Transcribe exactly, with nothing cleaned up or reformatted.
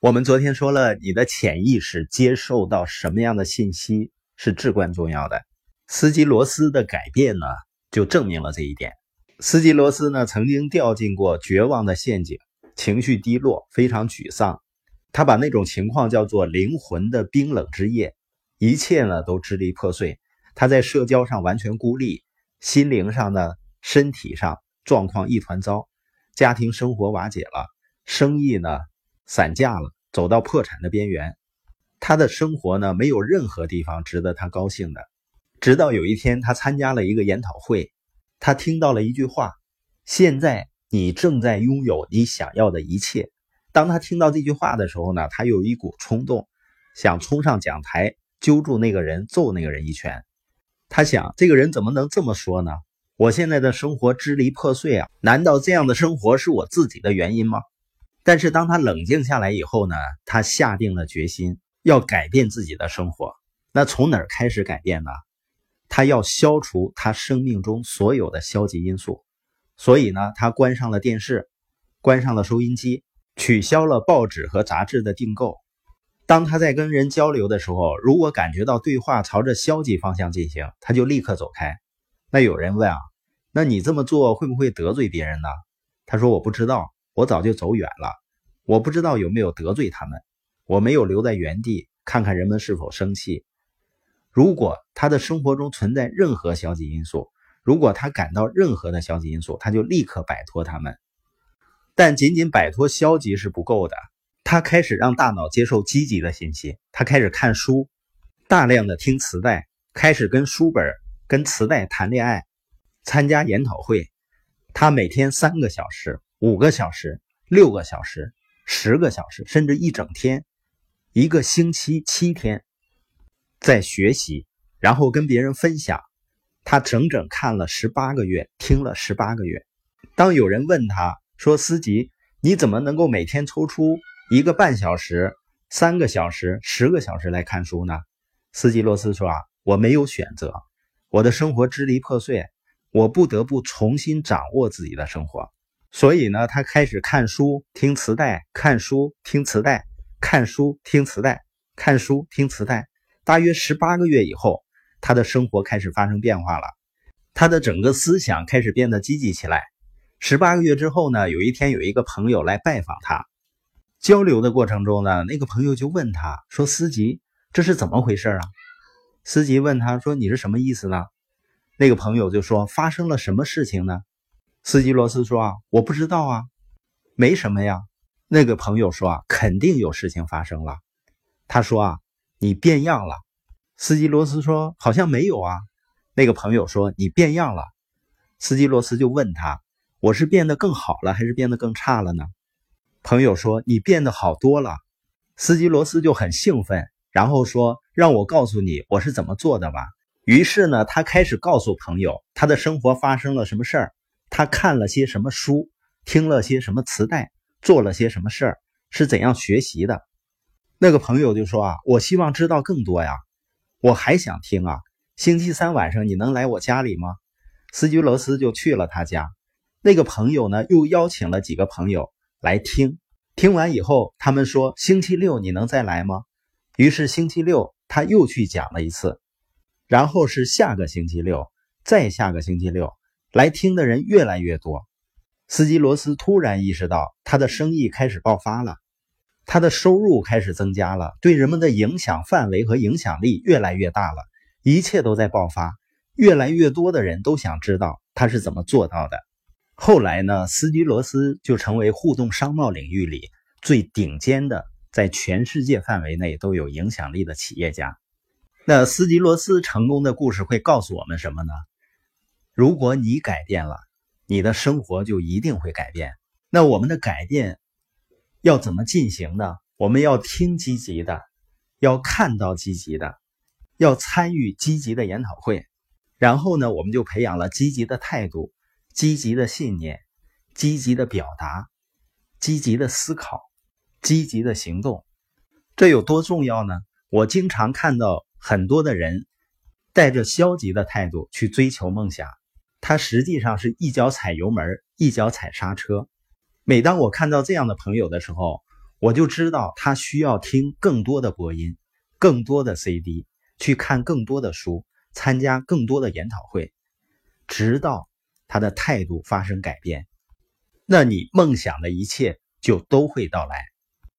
我们昨天说了，你的潜意识接受到什么样的信息是至关重要的。斯基罗斯的改变呢，就证明了这一点。斯基罗斯呢，曾经掉进过绝望的陷阱，情绪低落，非常沮丧。他把那种情况叫做灵魂的冰冷之夜，一切呢都支离破碎。他在社交上完全孤立，心灵上呢，身体上状况一团糟，家庭生活瓦解了，生意呢散架了，走到破产的边缘。他的生活呢，没有任何地方值得他高兴的。直到有一天，他参加了一个研讨会，他听到了一句话：现在你正在拥有你想要的一切。当他听到这句话的时候呢，他有一股冲动，想冲上讲台，揪住那个人，揍那个人一拳。他想，这个人怎么能这么说呢？我现在的生活支离破碎啊，难道这样的生活是我自己的原因吗？但是当他冷静下来以后呢，他下定了决心要改变自己的生活。那从哪儿开始改变呢？他要消除他生命中所有的消极因素。所以呢，他关上了电视，关上了收音机，取消了报纸和杂志的订购。当他在跟人交流的时候，如果感觉到对话朝着消极方向进行，他就立刻走开。那有人问啊，那你这么做会不会得罪别人呢？他说，我不知道，我早就走远了，我不知道有没有得罪他们，我没有留在原地看看人们是否生气。如果他的生活中存在任何消极因素，如果他感到任何的消极因素，他就立刻摆脱他们。但仅仅摆脱消极是不够的，他开始让大脑接受积极的信息，他开始看书，大量的听磁带，开始跟书本跟磁带谈恋爱，参加研讨会。他每天三个小时、五个小时、六个小时、十个小时，甚至一整天，一个星期七天在学习，然后跟别人分享。他整整看了十八个月，听了十八个月。当有人问他说，司机，你怎么能够每天抽出一个半小时、三个小时、十个小时来看书呢？斯基罗斯说啊，我没有选择，我的生活支离破碎，我不得不重新掌握自己的生活。所以呢，他开始看书、听磁带，看书、听磁带，看书、听磁带，看书、听磁带。大约十八个月以后，他的生活开始发生变化了，他的整个思想开始变得积极起来。十八个月之后呢，有一天有一个朋友来拜访他，交流的过程中呢，那个朋友就问他说，司机，这是怎么回事啊？司机问他说，你是什么意思呢？那个朋友就说，发生了什么事情呢？斯基罗斯说啊，我不知道啊，没什么呀。那个朋友说啊，肯定有事情发生了。他说啊，你变样了。斯基罗斯说，好像没有啊。那个朋友说，你变样了。斯基罗斯就问他，我是变得更好了还是变得更差了呢？朋友说，你变得好多了。斯基罗斯就很兴奋，然后说，让我告诉你我是怎么做的吧。于是呢，他开始告诉朋友他的生活发生了什么事儿，他看了些什么书，听了些什么磁带，做了些什么事儿，是怎样学习的。那个朋友就说啊，我希望知道更多呀，我还想听啊，星期三晚上你能来我家里吗？斯基罗斯就去了他家。那个朋友呢，又邀请了几个朋友来听。听完以后，他们说，星期六你能再来吗？于是星期六他又去讲了一次，然后是下个星期六，再下个星期六，来听的人越来越多。斯基罗斯突然意识到，他的生意开始爆发了，他的收入开始增加了，对人们的影响范围和影响力越来越大了，一切都在爆发，越来越多的人都想知道他是怎么做到的。后来呢，斯基罗斯就成为互动商贸领域里最顶尖的，在全世界范围内都有影响力的企业家。那斯基罗斯成功的故事会告诉我们什么呢？如果你改变了，你的生活就一定会改变。那我们的改变要怎么进行呢？我们要听积极的，要看到积极的，要参与积极的研讨会。然后呢，我们就培养了积极的态度，积极的信念，积极的表达，积极的思考，积极的行动。这有多重要呢？我经常看到很多的人带着消极的态度去追求梦想，他实际上是一脚踩油门，一脚踩刹车。每当我看到这样的朋友的时候， 我就知道他需要听更多的播音，更多的 C D， 去看更多的书，参加更多的研讨会，直到他的态度发生改变，那你梦想的一切就都会到来。